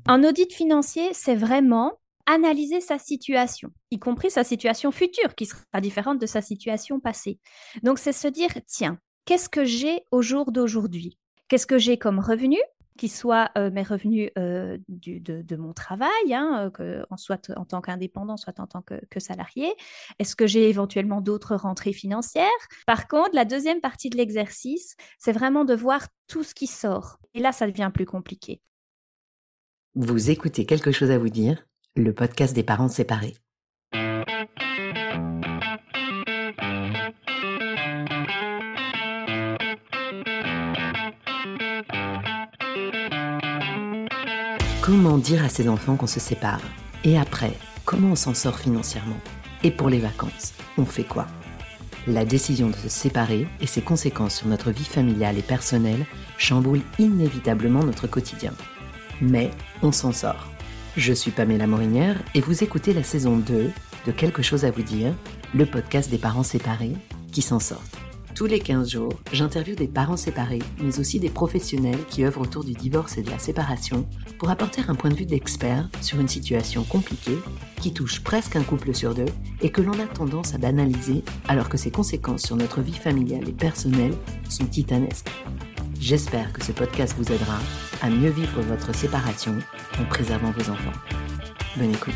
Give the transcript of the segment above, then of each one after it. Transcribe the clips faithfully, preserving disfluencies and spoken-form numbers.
Un audit financier, c'est vraiment analyser sa situation, y compris sa situation future, qui sera différente de sa situation passée. Donc, c'est se dire, tiens, qu'est-ce que j'ai au jour d'aujourd'hui? Qu'est-ce que j'ai comme revenu, qui soient euh, mes revenus euh, du, de, de, mon travail, hein, que, soit en tant qu'indépendant, soit en tant que, que salarié. Est-ce que j'ai éventuellement d'autres rentrées financières? Par contre, la deuxième partie de l'exercice, c'est vraiment de voir tout ce qui sort. Et là, ça devient plus compliqué. Vous écoutez Quelque chose à vous dire, le podcast des parents séparés. Comment dire à ses enfants qu'on se sépare? Et après, comment on s'en sort financièrement? Et pour les vacances, on fait quoi? La décision de se séparer et ses conséquences sur notre vie familiale et personnelle chamboulent inévitablement notre quotidien. Mais on s'en sort. Je suis Pamela Morinière et vous écoutez la saison deux de Quelque chose à vous dire, le podcast des parents séparés qui s'en sortent. Tous les quinze jours, j'interviewe des parents séparés, mais aussi des professionnels qui œuvrent autour du divorce et de la séparation pour apporter un point de vue d'expert sur une situation compliquée qui touche presque un couple sur deux et que l'on a tendance à banaliser alors que ses conséquences sur notre vie familiale et personnelle sont titanesques. J'espère que ce podcast vous aidera à mieux vivre votre séparation en préservant vos enfants. Bonne écoute.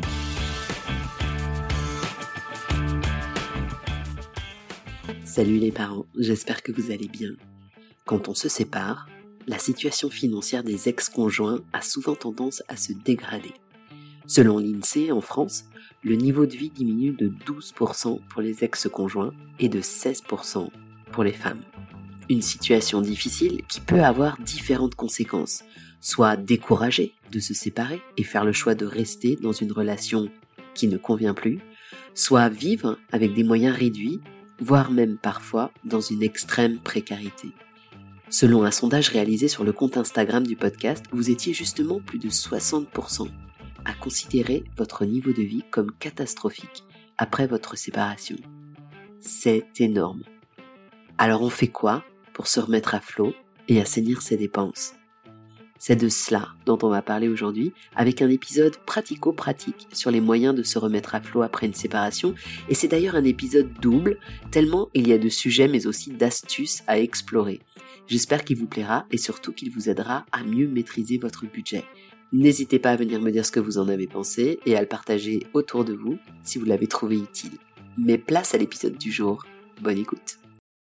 Salut les parents, j'espère que vous allez bien. Quand on se sépare, la situation financière des ex-conjoints a souvent tendance à se dégrader. Selon l'INSEE, en France, le niveau de vie diminue de douze pour cent pour les ex-conjoints et de seize pour cent pour les femmes. Une situation difficile qui peut avoir différentes conséquences, soit décourager de se séparer et faire le choix de rester dans une relation qui ne convient plus, soit vivre avec des moyens réduits, voire même parfois dans une extrême précarité. Selon un sondage réalisé sur le compte Instagram du podcast, vous étiez justement plus de soixante pour cent à considérer votre niveau de vie comme catastrophique après votre séparation. C'est énorme. Alors on fait quoi pour se remettre à flot et assainir ses dépenses? C'est de cela dont on va parler aujourd'hui avec un épisode pratico-pratique sur les moyens de se remettre à flot après une séparation, et c'est d'ailleurs un épisode double tellement il y a de sujets mais aussi d'astuces à explorer. J'espère qu'il vous plaira et surtout qu'il vous aidera à mieux maîtriser votre budget. N'hésitez pas à venir me dire ce que vous en avez pensé et à le partager autour de vous si vous l'avez trouvé utile. Mais place à l'épisode du jour. Bonne écoute.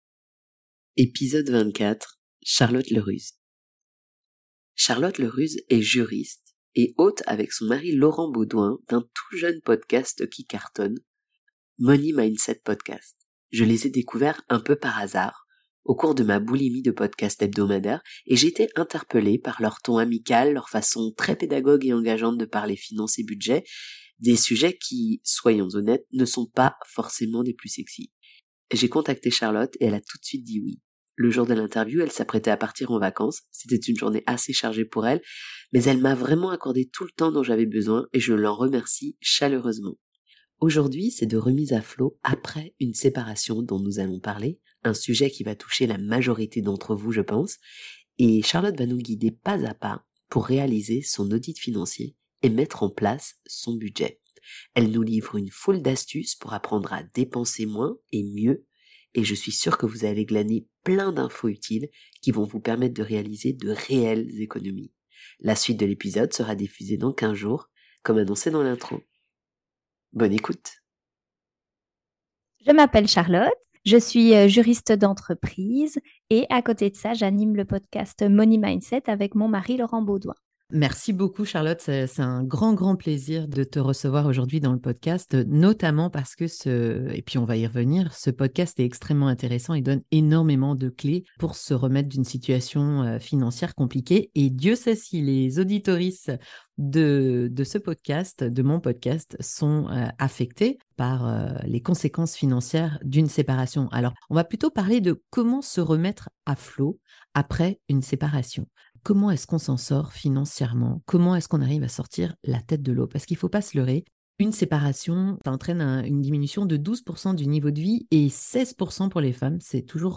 Épisode vingt-quatre, Charlotte Leruse. Charlotte Leruse est juriste et hôte avec son mari Laurent Baudouin d'un tout jeune podcast qui cartonne, Money Mindset Podcast. Je les ai découverts un peu par hasard au cours de ma boulimie de podcasts hebdomadaires et j'ai été interpellée par leur ton amical, leur façon très pédagogue et engageante de parler finances et budget, des sujets qui, soyons honnêtes, ne sont pas forcément des plus sexy. J'ai contacté Charlotte et elle a tout de suite dit oui. Le jour de l'interview, elle s'apprêtait à partir en vacances. C'était une journée assez chargée pour elle, mais elle m'a vraiment accordé tout le temps dont j'avais besoin et je l'en remercie chaleureusement. Aujourd'hui, c'est de remise à flot après une séparation dont nous allons parler, un sujet qui va toucher la majorité d'entre vous, je pense, et Charlotte va nous guider pas à pas pour réaliser son audit financier et mettre en place son budget. Elle nous livre une foule d'astuces pour apprendre à dépenser moins et mieux, et je suis sûre que vous allez glaner plein d'infos utiles qui vont vous permettre de réaliser de réelles économies. La suite de l'épisode sera diffusée dans quinze jours, comme annoncé dans l'intro. Bonne écoute. Je m'appelle Charlotte, je suis juriste d'entreprise et à côté de ça, j'anime le podcast Money Mindset avec mon mari Laurent Baudouin. Merci beaucoup Charlotte, c'est, c'est un grand grand plaisir de te recevoir aujourd'hui dans le podcast, notamment parce que ce, et puis on va y revenir, ce podcast est extrêmement intéressant et donne énormément de clés pour se remettre d'une situation financière compliquée, et Dieu sait si les auditorices de, de ce podcast, de mon podcast, sont euh, affectés par euh, les conséquences financières d'une séparation. Alors on va plutôt parler de comment se remettre à flot après une séparation. Comment est-ce qu'on s'en sort financièrement? Comment est-ce qu'on arrive à sortir la tête de l'eau? Parce qu'il ne faut pas se leurrer, une séparation, ça entraîne un, une diminution de douze pour cent du niveau de vie et seize pour cent pour les femmes. C'est toujours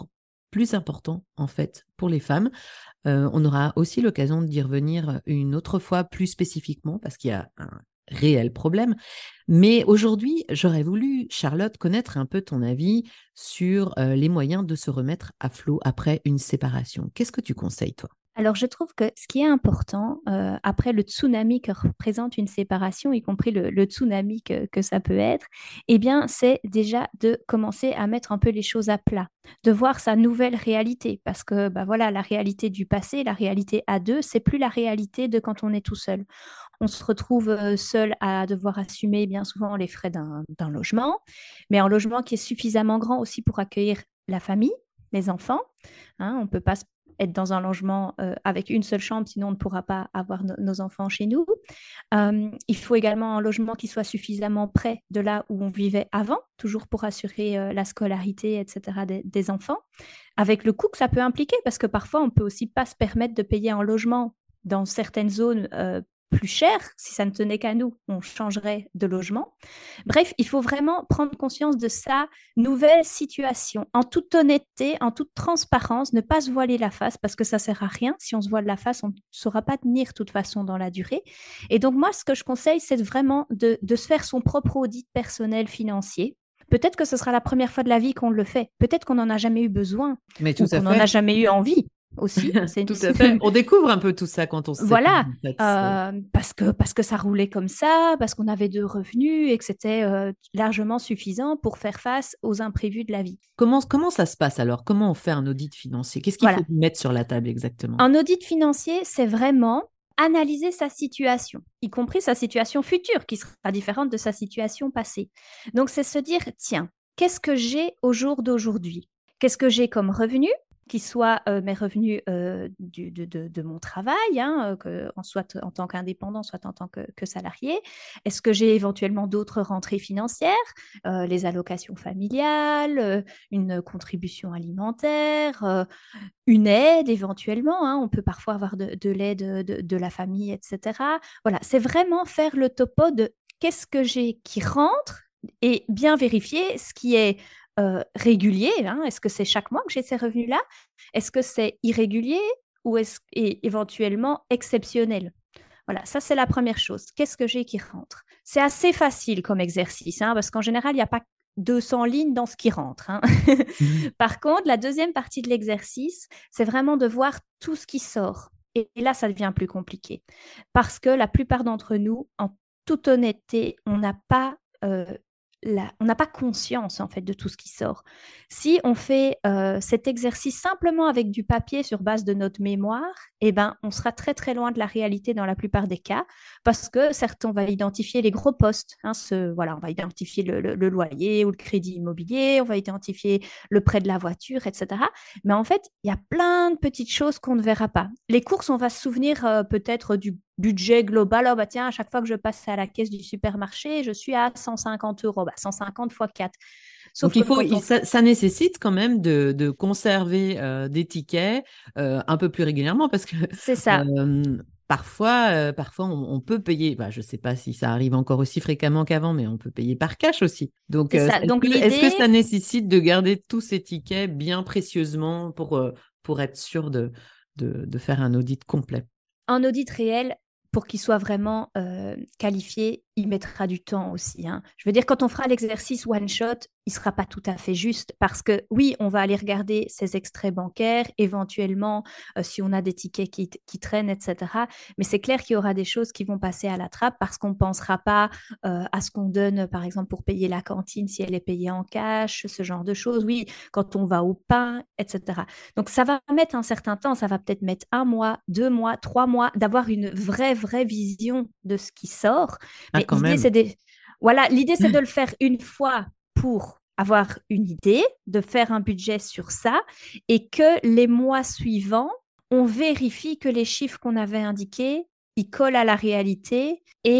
plus important en fait pour les femmes. Euh, on aura aussi l'occasion d'y revenir une autre fois plus spécifiquement parce qu'il y a un réel problème. Mais aujourd'hui, j'aurais voulu, Charlotte, connaître un peu ton avis sur euh, les moyens de se remettre à flot après une séparation. Qu'est-ce que tu conseilles, toi? Alors, je trouve que ce qui est important, euh, après le tsunami que représente une séparation, y compris le, le tsunami que, que ça peut être, eh bien, c'est déjà de commencer à mettre un peu les choses à plat, de voir sa nouvelle réalité, parce que bah voilà, la réalité du passé, la réalité à deux, c'est plus la réalité de quand on est tout seul. On se retrouve euh, seul à devoir assumer bien souvent les frais d'un d'un logement, mais un logement qui est suffisamment grand aussi pour accueillir la famille, les enfants. Hein, on ne peut pas se être dans un logement euh, avec une seule chambre, sinon on ne pourra pas avoir no- nos enfants chez nous. Euh, il faut également un logement qui soit suffisamment près de là où on vivait avant, toujours pour assurer euh, la scolarité, et cetera des, des enfants, avec le coût que ça peut impliquer, parce que parfois on ne peut aussi pas se permettre de payer un logement dans certaines zones euh, plus cher. Si ça ne tenait qu'à nous, on changerait de logement. Bref, il faut vraiment prendre conscience de sa nouvelle situation, en toute honnêteté, en toute transparence, ne pas se voiler la face parce que ça ne sert à rien. Si on se voile la face, on ne saura pas tenir de toute façon dans la durée. Et donc moi, ce que je conseille, c'est vraiment de, de se faire son propre audit personnel financier. Peut-être que ce sera la première fois de la vie qu'on le fait. Peut-être qu'on n'en a jamais eu besoin Mais tout ou à qu'on n'en a fait. jamais eu envie aussi. C'est... Tout à fait. On découvre un peu tout ça quand on se sépare, Voilà, en fait. C'est- euh, parce que, parce que ça roulait comme ça, parce qu'on avait deux revenus et que c'était euh, largement suffisant pour faire face aux imprévus de la vie. Comment, comment ça se passe alors? Comment on fait un audit financier? Qu'est-ce qu'il faut Voilà. mettre sur la table exactement? Un audit financier, c'est vraiment analyser sa situation, y compris sa situation future, qui sera différente de sa situation passée. Donc, c'est se dire, tiens, qu'est-ce que j'ai au jour d'aujourd'hui? Qu'est-ce que j'ai comme revenu, qui soient euh, mes revenus euh, du, de, de, de mon travail, hein, que, en soit en tant qu'indépendant, soit en tant que, que salarié. Est-ce que j'ai éventuellement d'autres rentrées financières, euh, les allocations familiales, euh, une contribution alimentaire, euh, une aide éventuellement, hein, on peut parfois avoir de, de l'aide de, de la famille, et cetera. Voilà, c'est vraiment faire le topo de qu'est-ce que j'ai qui rentre et bien vérifier ce qui est euh, régulier. Hein. Est-ce que c'est chaque mois que j'ai ces revenus-là? Est-ce que c'est irrégulier ou est-ce et éventuellement exceptionnel? Voilà, ça c'est la première chose. Qu'est-ce que j'ai qui rentre? C'est assez facile comme exercice, hein, parce qu'en général, il n'y a pas deux cents lignes dans ce qui rentre. Hein. Mhm. Par contre, la deuxième partie de l'exercice, c'est vraiment de voir tout ce qui sort. Et, et là, ça devient plus compliqué. Parce que la plupart d'entre nous, en toute honnêteté, on n'a pas euh, la- on n'a pas conscience en fait de tout ce qui sort. Si on fait euh, cet exercice simplement avec du papier sur base de notre mémoire, eh ben, on sera très très loin de la réalité dans la plupart des cas, parce que certes, on va identifier les gros postes. Hein, ce, voilà, on va identifier le, le- le loyer ou le crédit immobilier, on va identifier le prêt de la voiture, et cetera. Mais en fait, il y a plein de petites choses qu'on ne verra pas. Les courses, on va se souvenir euh, peut-être du budget global. Oh, bah tiens, à chaque fois que je passe à la caisse du supermarché, je suis à cent cinquante euros. Bah, cent cinquante fois quatre. Sauf Donc, que il faut, quand il- on... ça, ça nécessite quand même de, de conserver euh, des tickets euh, un peu plus régulièrement parce que C'est ça, euh, parfois, euh, parfois on, on peut payer, bah, je ne sais pas si ça arrive encore aussi fréquemment qu'avant, mais on peut payer par cash aussi. Donc, c'est euh, ça. est-ce Donc que, est-ce que l'idée, ça nécessite de garder tous ces tickets bien précieusement pour, euh, pour être sûr de, de, de faire un audit complet? un audit réel, pour qu'il soit vraiment euh, qualifié, il mettra du temps aussi. Hein. Je veux dire, quand on fera l'exercice one shot, il ne sera pas tout à fait juste parce que oui, on va aller regarder ses extraits bancaires, éventuellement euh, si on a des tickets qui, qui traînent, et cetera. Mais c'est clair qu'il y aura des choses qui vont passer à la trappe parce qu'on ne pensera pas euh, à ce qu'on donne, par exemple, pour payer la cantine si elle est payée en cash, ce genre de choses. Oui, quand on va au pain, et cetera. Donc ça va mettre un certain temps, ça va peut-être mettre un mois, deux mois, trois mois, d'avoir une vraie, vraie vision de ce qui sort. Ah, Mais quand l'idée, même. c'est de... Voilà, l'idée, c'est de le faire une fois pour avoir une idée, de faire un budget sur ça et que les mois suivants, on vérifie que les chiffres qu'on avait indiqués, ils collent à la réalité et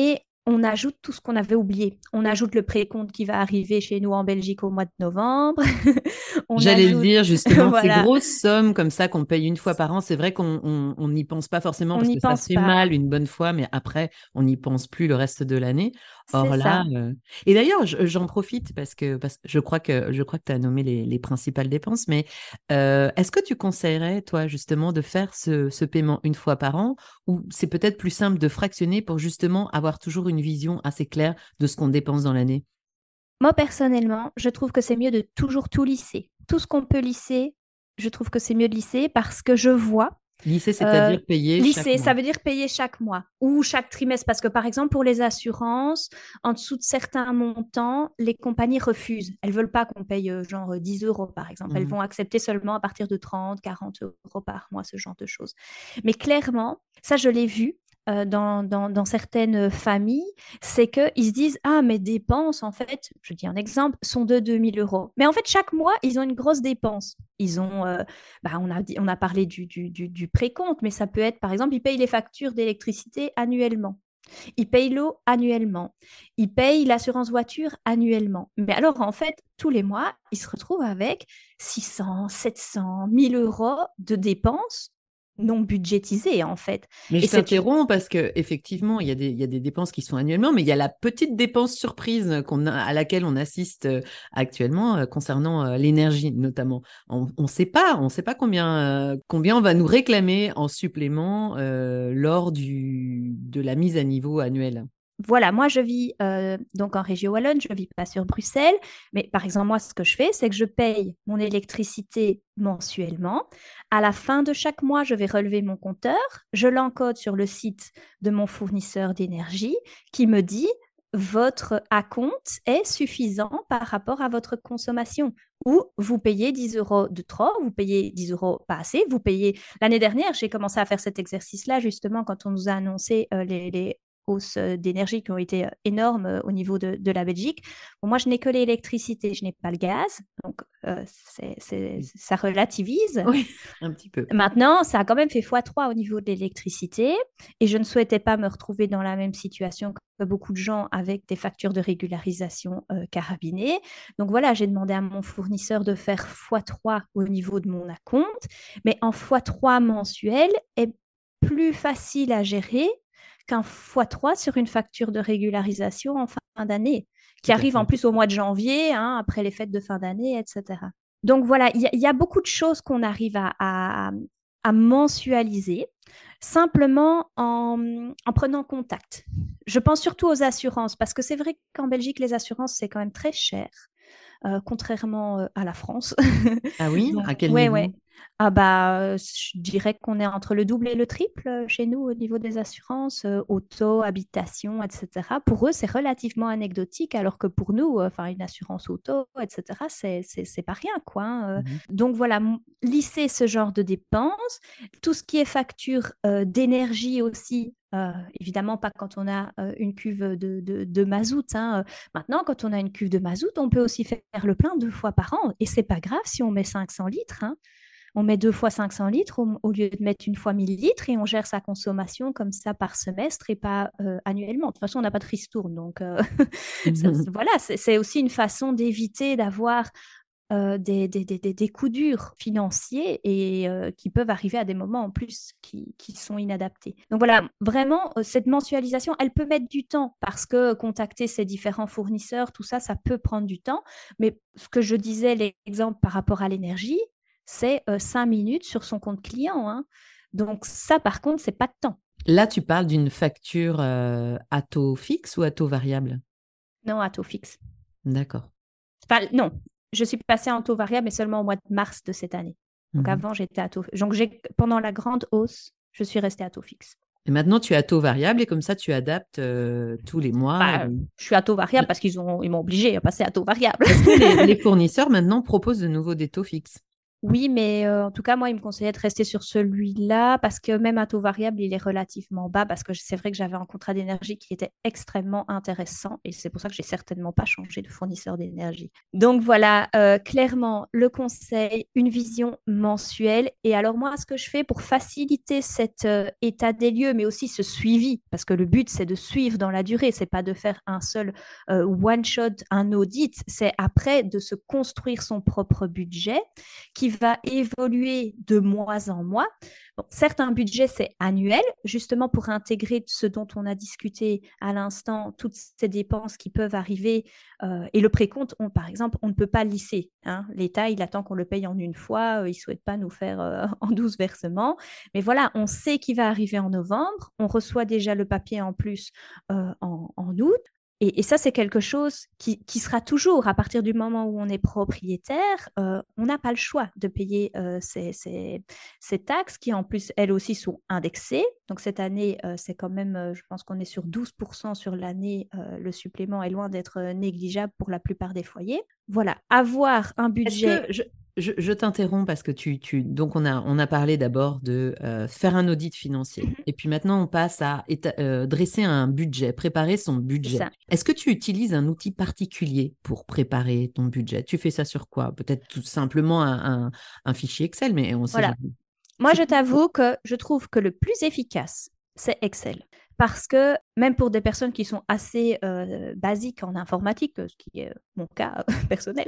on ajoute tout ce qu'on avait oublié. On ajoute le précompte qui va arriver chez nous en Belgique au mois de novembre. On J'allais le ajoute, dire justement, ces voilà, grosses sommes comme ça qu'on paye une fois par an, c'est vrai qu'on on, on n'y pense pas forcément on parce n'y que ça pense fait pas. mal une bonne fois, mais après, on n'y pense plus le reste de l'année. C'est Or là, ça. euh, et d'ailleurs, je- j'en profite parce que, parce que je crois que je crois que tu as nommé les, les principales dépenses, mais euh, est-ce que tu conseillerais, toi, justement, de faire ce, ce paiement une fois par an ou c'est peut-être plus simple de fractionner pour justement avoir toujours une vision assez claire de ce qu'on dépense dans l'année? Moi, personnellement, je trouve que c'est mieux de toujours tout lisser. Tout ce qu'on peut lisser, je trouve que c'est mieux de lisser parce que je vois. Lycée, euh, c'est-à-dire payer chaque lisser, mois. ça veut dire payer chaque mois ou chaque trimestre. Parce que, par exemple, pour les assurances, en dessous de certains montants, les compagnies refusent. Elles ne veulent pas qu'on paye euh, genre dix euros, par exemple. Elles Mhm. vont accepter seulement à partir de trente, quarante euros par mois, ce genre de choses. Mais clairement, ça, je l'ai vu. euh, Dans, dans, dans certaines familles, c'est qu'ils se disent, ah, mes dépenses, en fait, je dis un exemple, sont de deux mille euros. Mais en fait, chaque mois, ils ont une grosse dépense. Ils ont, euh, bah, on a, dit- on a parlé du, du, du, du précompte, mais ça peut être, par exemple, ils payent les factures d'électricité annuellement. Ils payent l'eau annuellement. Ils payent l'assurance voiture annuellement. Mais alors, en fait, tous les mois, ils se retrouvent avec six cents, sept cents, mille euros de dépenses non budgétisées, en fait. Mais Et je c'est t'interromps parce que effectivement, il y a des, il y a des dépenses qui sont annuellement, mais il y a la petite dépense surprise qu'on a, à laquelle on assiste euh, actuellement euh, concernant euh, l'énergie notamment. On ne sait pas, on sait pas combien, euh, combien on va nous réclamer en supplément euh, lors du, de la mise à niveau annuelle. voilà, moi je vis euh, donc en région wallonne, je ne vis pas sur Bruxelles, mais par exemple, moi ce que je fais, c'est que je paye mon électricité mensuellement. À la fin de chaque mois, je vais relever mon compteur, je l'encode sur le site de mon fournisseur d'énergie qui me dit votre acompte est suffisant par rapport à votre consommation. Ou vous payez dix euros de trop, vous payez dix euros pas assez, vous payez... L'année dernière, j'ai commencé à faire cet exercice-là justement quand on nous a annoncé euh, les, les hausses euh, d'énergie qui ont été euh, énormes euh, au niveau de, de la Belgique. Bon, moi, je n'ai que l'électricité, je n'ai pas le gaz, donc euh, c'est, c'est, ça relativise. Oui, un petit peu. Maintenant, ça a quand même fait fois trois au niveau de l'électricité et je ne souhaitais pas me retrouver dans la même situation que beaucoup de gens avec des factures de régularisation euh, carabinées. Donc voilà, j'ai demandé à mon fournisseur de faire fois trois au niveau de mon acompte, mais en fois trois mensuel est plus facile à gérer qu'un fois trois sur une facture de régularisation en fin d'année, Tout qui à arrive en fait. plus au mois de janvier, hein, après les fêtes de fin d'année, et cetera. Donc voilà, il y, y, a beaucoup de choses qu'on arrive à, à, à mensualiser simplement en, en, prenant contact. Je pense surtout aux assurances, parce que c'est vrai qu'en Belgique, les assurances, c'est quand même très cher, euh, contrairement euh, à la France. Ah oui, Donc, à quel ouais, niveau? ouais. Ah bah, euh, je dirais qu'on est entre le double et le triple euh, chez nous au niveau des assurances, euh, auto, habitation, et cetera. Pour eux, c'est relativement anecdotique, alors que pour nous, euh, enfin, une assurance auto, et cetera, c'est, c'est, c'est pas rien, quoi. Hein, euh. Mhm. Donc voilà, m- lisser ce genre de dépenses, tout ce qui est facture euh, d'énergie aussi. euh, évidemment, pas quand on a euh, une cuve de, de, de mazout. Hein. Maintenant, quand on a une cuve de mazout, on peut aussi faire le plein deux fois par an. Et c'est pas grave si on met cinq cents litres. Hein. On met deux fois cinq cents litres au, au lieu de mettre une fois mille litres et on gère sa consommation comme ça par semestre et pas euh, annuellement. De toute façon, on n'a pas de ristourne. Donc, euh, ça, voilà, c'est, c'est aussi une façon d'éviter d'avoir euh, des, des, des, des, coups durs financiers et euh, qui peuvent arriver à des moments en plus qui, qui sont inadaptés. Donc voilà, vraiment, euh, cette mensualisation, elle peut mettre du temps parce que contacter ces différents fournisseurs, tout ça, ça peut prendre du temps. Mais ce que je disais, l'exemple par rapport à l'énergie, c'est euh, cinq minutes sur son compte client. Hein. Donc ça, par contre, c'est pas de temps. Là, tu parles d'une facture euh, à taux fixe ou à taux variable? Non, à taux fixe. D'accord. Enfin, non, je suis passée en taux variable, mais seulement au mois de mars de cette année. Donc Mhm. avant, j'étais à taux. Donc j'ai, pendant la grande hausse, je suis restée à taux fixe. Et maintenant, tu es à taux variable et comme ça, tu adaptes euh, tous les mois. Bah, ou- je suis à taux variable parce qu'ils ont, ils m'ont obligée à passer à taux variable. Est-ce que les, les fournisseurs maintenant proposent de nouveau des taux fixes? Oui, mais euh, en tout cas, moi, il me conseillait de rester sur celui-là parce que même à taux variable, il est relativement bas parce que c'est vrai que j'avais un contrat d'énergie qui était extrêmement intéressant et c'est pour ça que j'ai certainement pas changé de fournisseur d'énergie. Donc voilà, euh, clairement, le conseil, une vision mensuelle. Et alors moi, ce que je fais pour faciliter cet euh, état des lieux, mais aussi ce suivi, parce que le but, c'est de suivre dans la durée, c'est pas de faire un seul euh, one-shot, un audit, c'est après de se construire son propre budget qui va évoluer de mois en mois. Bon, certes, un budget, c'est annuel, justement pour intégrer ce dont on a discuté à l'instant, toutes ces dépenses qui peuvent arriver. Euh, et le précompte, on, par exemple, on ne peut pas lisser. Hein. L'État, il attend qu'on le paye en une fois. Euh, il ne souhaite pas nous faire euh, en douze versements. Mais voilà, on sait qu'il va arriver en novembre. On reçoit déjà le papier en plus euh, en, en août. Et, et, ça, c'est quelque chose qui, qui, sera toujours, à partir du moment où on est propriétaire, euh, on n'a pas le choix de payer euh, ces, ces, ces taxes qui, en plus, elles aussi, sont indexées. Donc, cette année, euh, c'est quand même, euh, je pense qu'on est sur douze pour cent sur l'année. Euh, le supplément est loin d'être négligeable pour la plupart des foyers. Voilà, avoir un budget... Est-ce que je, je, je t'interromps parce que tu, tu donc on a, on a parlé d'abord de euh, faire un audit financier Mm-hmm. et puis maintenant on passe à éta- euh, dresser un budget, préparer son budget. Est-ce que tu utilises un outil particulier pour préparer ton budget? Tu fais ça sur quoi? Peut-être tout simplement un, un, un fichier Excel, mais on sait voilà. jamais. Moi, C'est je t'avoue que je trouve que le plus efficace, c'est Excel. Parce que même pour des personnes qui sont assez euh, basiques en informatique, ce qui est mon cas euh, personnel,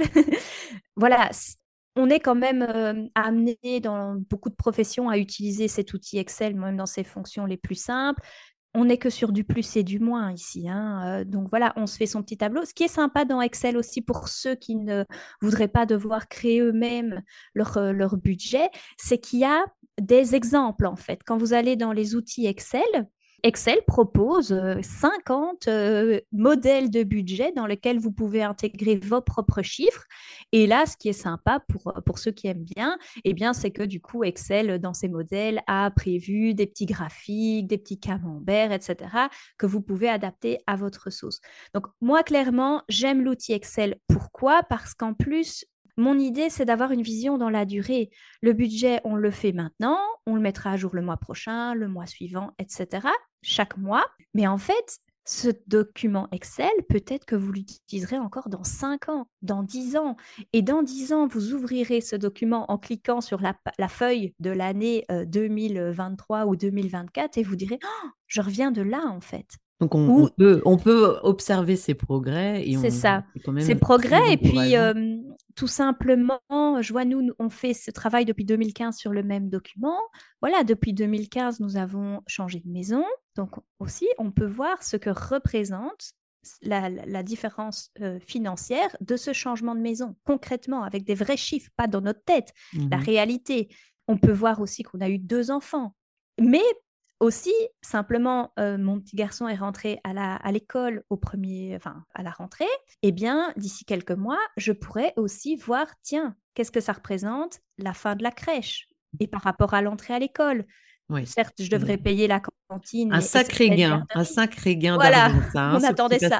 voilà, on est quand même euh, amené dans beaucoup de professions à utiliser cet outil Excel, même dans ses fonctions les plus simples. On n'est que sur du plus et du moins ici. Hein. Euh, donc voilà, on se fait son petit tableau. Ce qui est sympa dans Excel aussi pour ceux qui ne voudraient pas devoir créer eux-mêmes leur, euh, leur budget, c'est qu'il y a des exemples en fait. Quand vous allez dans les outils Excel, Excel propose euh, cinquante euh, modèles de budget dans lesquels vous pouvez intégrer vos propres chiffres. Et là, ce qui est sympa pour, pour ceux qui aiment bien, eh bien, c'est que du coup, Excel, dans ces modèles, a prévu des petits graphiques, des petits camemberts, et cetera, que vous pouvez adapter à votre sauce. Donc, moi, clairement, j'aime l'outil Excel. Pourquoi? Parce qu'en plus, mon idée, c'est d'avoir une vision dans la durée. Le budget, on le fait maintenant, on le mettra à jour le mois prochain, le mois suivant, et cetera, chaque mois. Mais en fait, ce document Excel, peut-être que vous l'utiliserez encore dans cinq ans, dans dix ans. Et dans dix ans, vous ouvrirez ce document en cliquant sur la, la feuille de l'année euh, deux mille vingt-trois ou deux mille vingt-quatre et vous direz oh, « je reviens de là en fait ». Donc, on, Ou, on, peut, on peut observer ses progrès et c'est on ça, est quand même c'est progrès. très Et puis, encourageant. euh, tout simplement, je vois, nous, on fait ce travail depuis deux mille quinze sur le même document. Voilà, depuis deux mille quinze, nous avons changé de maison. Donc, aussi, on peut voir ce que représente la, la, la différence euh, financière de ce changement de maison, concrètement, avec des vrais chiffres, pas dans notre tête, mmh. la réalité. On peut voir aussi qu'on a eu deux enfants. Mais aussi, simplement, euh, mon petit garçon est rentré à, la, à l'école au premier, enfin, à la rentrée. Eh bien, d'ici quelques mois, je pourrais aussi voir, tiens, qu'est-ce que ça représente la fin de la crèche et par rapport à l'entrée à l'école. Oui. Certes, je devrais payer la cantine. Un et, sacré et gain, un sacré gain voilà, d'argent, ça. Hein, on attendait ça.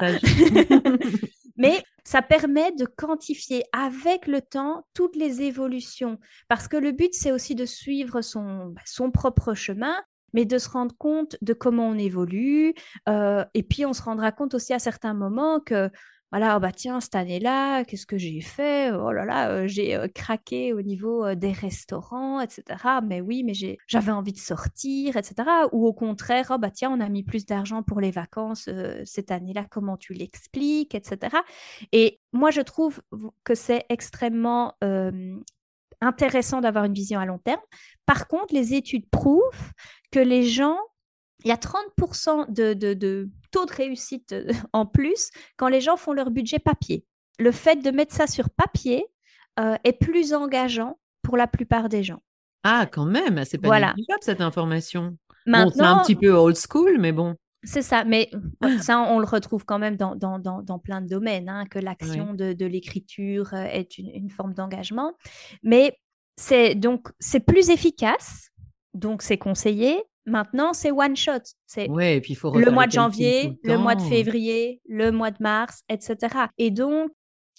Mais ça permet de quantifier avec le temps toutes les évolutions. Parce que le but, c'est aussi de suivre son, son propre chemin, mais de se rendre compte de comment on évolue. Euh, et puis, on se rendra compte aussi à certains moments que, voilà, oh bah tiens, cette année-là, qu'est-ce que j'ai fait? Oh là là, euh, j'ai euh, craqué au niveau euh, des restaurants, et cetera. Mais oui, mais j'ai, j'avais envie de sortir, et cetera. Ou au contraire, oh bah tiens, on a mis plus d'argent pour les vacances euh, cette année-là, comment tu l'expliques, et cetera. Et moi, je trouve que c'est extrêmement euh, intéressant d'avoir une vision à long terme. Par contre, les études prouvent que les gens, il y a trente pour cent de, de, de taux de réussite en plus quand les gens font leur budget papier. Le fait de mettre ça sur papier euh, est plus engageant pour la plupart des gens. Ah, quand même, c'est pas voilà. négligeable cette information. Maintenant, bon, c'est un petit peu old school, mais bon. C'est ça, mais ça, on le retrouve quand même dans, dans, dans, dans plein de domaines, hein, que l'action oui. de, de l'écriture est une, une forme d'engagement. Mais c'est donc c'est plus efficace, donc c'est conseillé. Maintenant, c'est one shot. C'est ouais, et puis il faut le mois de janvier, le, le mois de février, le mois de mars, et cetera. Et donc,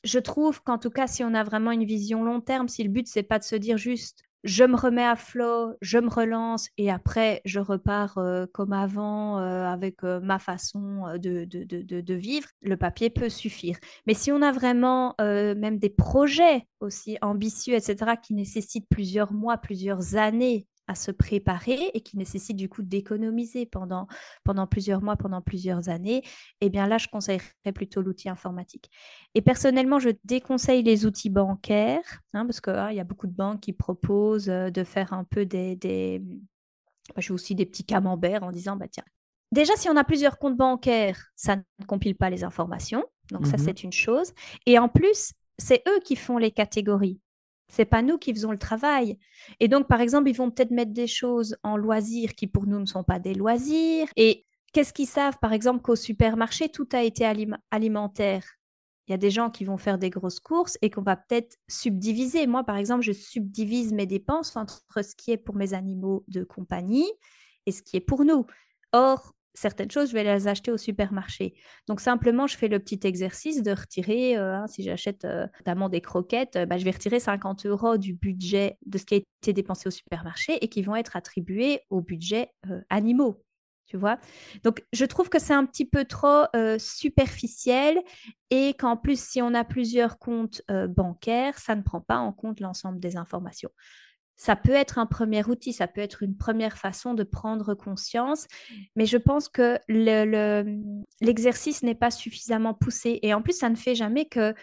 je trouve qu'en tout cas, si on a vraiment une vision long terme, si le but, c'est pas de se dire juste je me remets à flot, je me relance et après je repars euh, comme avant euh, avec euh, ma façon euh, de, de, de, de, de vivre, le papier peut suffire. Mais si on a vraiment euh, même des projets aussi ambitieux, et cetera, qui nécessitent plusieurs mois, plusieurs années à se préparer et qui nécessitent du coup d'économiser pendant, pendant plusieurs mois, pendant plusieurs années, eh bien là, je conseillerais plutôt l'outil informatique. Et personnellement, je déconseille les outils bancaires, hein, parce qu'il hein, y a beaucoup de banques qui proposent euh, de faire un peu des... des... Moi, je fais aussi des petits camemberts en disant, bah, tiens, déjà, si on a plusieurs comptes bancaires, ça ne compile pas les informations. Donc ça, Mhm. c'est une chose. Et en plus, c'est eux qui font les catégories. C'est pas nous qui faisons le travail. Et donc, par exemple, ils vont peut-être mettre des choses en loisirs qui, pour nous, ne sont pas des loisirs. Et qu'est-ce qu'ils savent, par exemple, qu'au supermarché, tout a été alim- alimentaire. Il y a des gens qui vont faire des grosses courses et qu'on va peut-être subdiviser. Moi, par exemple, je subdivise mes dépenses entre ce qui est pour mes animaux de compagnie et ce qui est pour nous. Or, certaines choses, je vais les acheter au supermarché. Donc, simplement, je fais le petit exercice de retirer, euh, hein, si j'achète euh, notamment des croquettes, euh, bah, je vais retirer cinquante euros du budget de ce qui a été dépensé au supermarché et qui vont être attribués au budget euh, animaux. Tu vois? Donc, je trouve que c'est un petit peu trop euh, superficiel et qu'en plus, si on a plusieurs comptes euh, bancaires, ça ne prend pas en compte l'ensemble des informations. Ça peut être un premier outil, ça peut être une première façon de prendre conscience, mais je pense que le, le- l'exercice n'est pas suffisamment poussé. Et en plus, ça ne fait jamais qu'une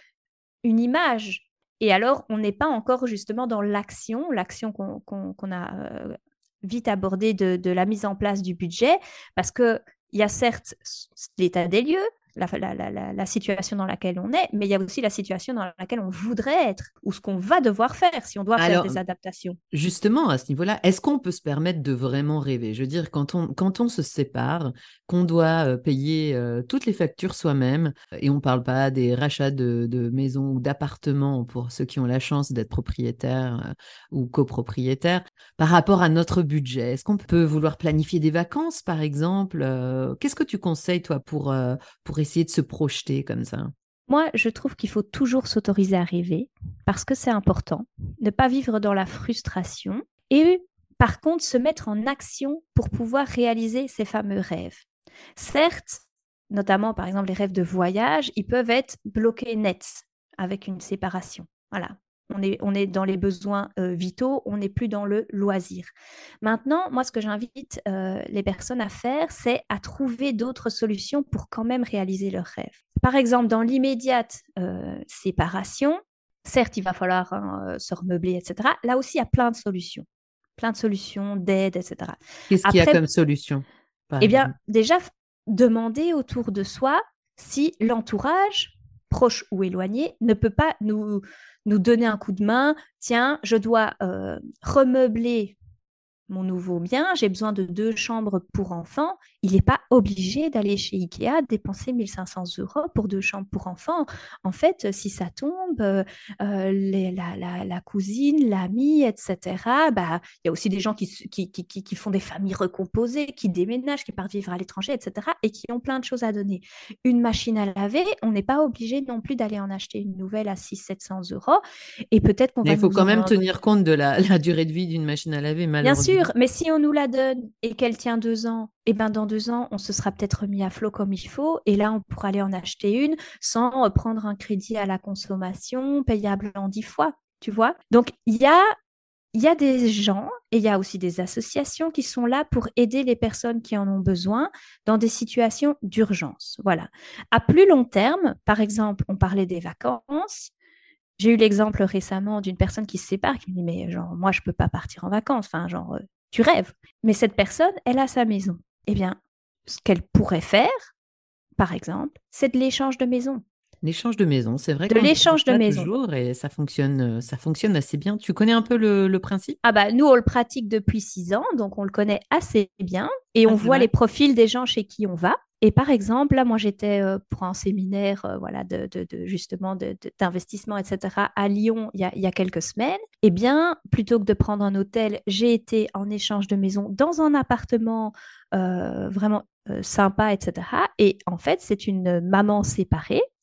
image. Et alors, on n'est pas encore justement dans l'action, l'action qu'on qu'on- qu'on a euh, vite abordée de, de la mise en place du budget, parce qu'il y a certes l'état des lieux, la, la, la, la, la situation dans laquelle on est, mais il y a aussi la situation dans laquelle on voudrait être, ou ce qu'on va devoir faire si on doit faire Alors, des adaptations. justement, à ce niveau-là, est-ce qu'on peut se permettre de vraiment rêver? Je veux dire, quand on, quand on se sépare, qu'on doit euh, payer euh, toutes les factures soi-même, et on ne parle pas des rachats de, de maisons ou d'appartements pour ceux qui ont la chance d'être propriétaires euh, ou copropriétaires, par rapport à notre budget, est-ce qu'on peut vouloir planifier des vacances, par exemple? Euh, qu'est-ce que tu conseilles, toi, pour, euh, pour essayer de se projeter comme ça? Moi, je trouve qu'il faut toujours s'autoriser à rêver parce que c'est important. Ne pas vivre dans la frustration et par contre se mettre en action pour pouvoir réaliser ces fameux rêves. Certes, notamment par exemple les rêves de voyage, ils peuvent être bloqués net avec une séparation. Voilà. On est, on est dans les besoins euh, vitaux, on n'est plus dans le loisir. Maintenant, moi, ce que j'invite euh, les personnes à faire, c'est à trouver d'autres solutions pour quand même réaliser leurs rêves. Par exemple, dans l'immédiate euh, séparation, certes, il va falloir hein, se remeubler, et cetera. Là aussi, il y a plein de solutions, plein de solutions d'aide, et cetera. Qu'est-ce qu'il y a Après, comme solution, par eh bien, exemple? déjà, demander autour de soi si l'entourage, proche ou éloigné, ne peut pas nous, nous donner un coup de main. Tiens, je dois euh, remeubler mon nouveau bien, j'ai besoin de deux chambres pour enfants. Il n'est pas obligé d'aller chez Ikea dépenser mille cinq cents euros pour deux chambres pour enfants. En fait, si ça tombe, euh, euh, les- la, la- la cousine, l'amie, et cetera, bah, il y a aussi des gens qui, qui, qui, qui- qui font des familles recomposées, qui déménagent, qui partent vivre à l'étranger, et cetera, et qui ont plein de choses à donner. Une machine à laver, on n'est pas obligé non plus d'aller en acheter une nouvelle à six cents sept cents euros. Et peut-être qu'on Mais va il faut nous quand même en tenir compte de la, la durée de vie d'une machine à laver, Bien malheureusement. sûr, mais si on nous la donne et qu'elle tient deux ans, et ben dans deux ans, on se sera peut-être remis à flot comme il faut, et là, on pourra aller en acheter une sans euh, prendre un crédit à la consommation payable en dix fois, tu vois. Donc, il y a, il y a des gens et il y a aussi des associations qui sont là pour aider les personnes qui en ont besoin dans des situations d'urgence. Voilà. À plus long terme, par exemple, on parlait des vacances. J'ai eu l'exemple récemment d'une personne qui se sépare, qui me dit, mais genre, moi, je ne peux pas partir en vacances. Enfin, genre, euh, tu rêves. Mais cette personne, elle a sa maison. Eh bien, ce qu'elle pourrait faire, par exemple, c'est de l'échange de maison. L'échange de maison, c'est vrai De qu'on ne voit l'échange de pas maison. toujours et ça fonctionne, euh, ça fonctionne assez bien. Tu connais un peu le, le principe? Ah bah, nous, on le pratique depuis six ans, donc on le connaît assez bien. Et Ah, on c'est voit vrai? les profils des gens chez qui on va. Et par exemple, là, moi, j'étais euh, pour un séminaire euh, voilà, de, de, de, justement de, de, d'investissement, et cetera, à Lyon il y a, il y a quelques semaines. Eh bien, plutôt que de prendre un hôtel, j'ai été en échange de maison dans un appartement euh, vraiment euh, sympa, et cetera. Et en fait, c'est une maman séparée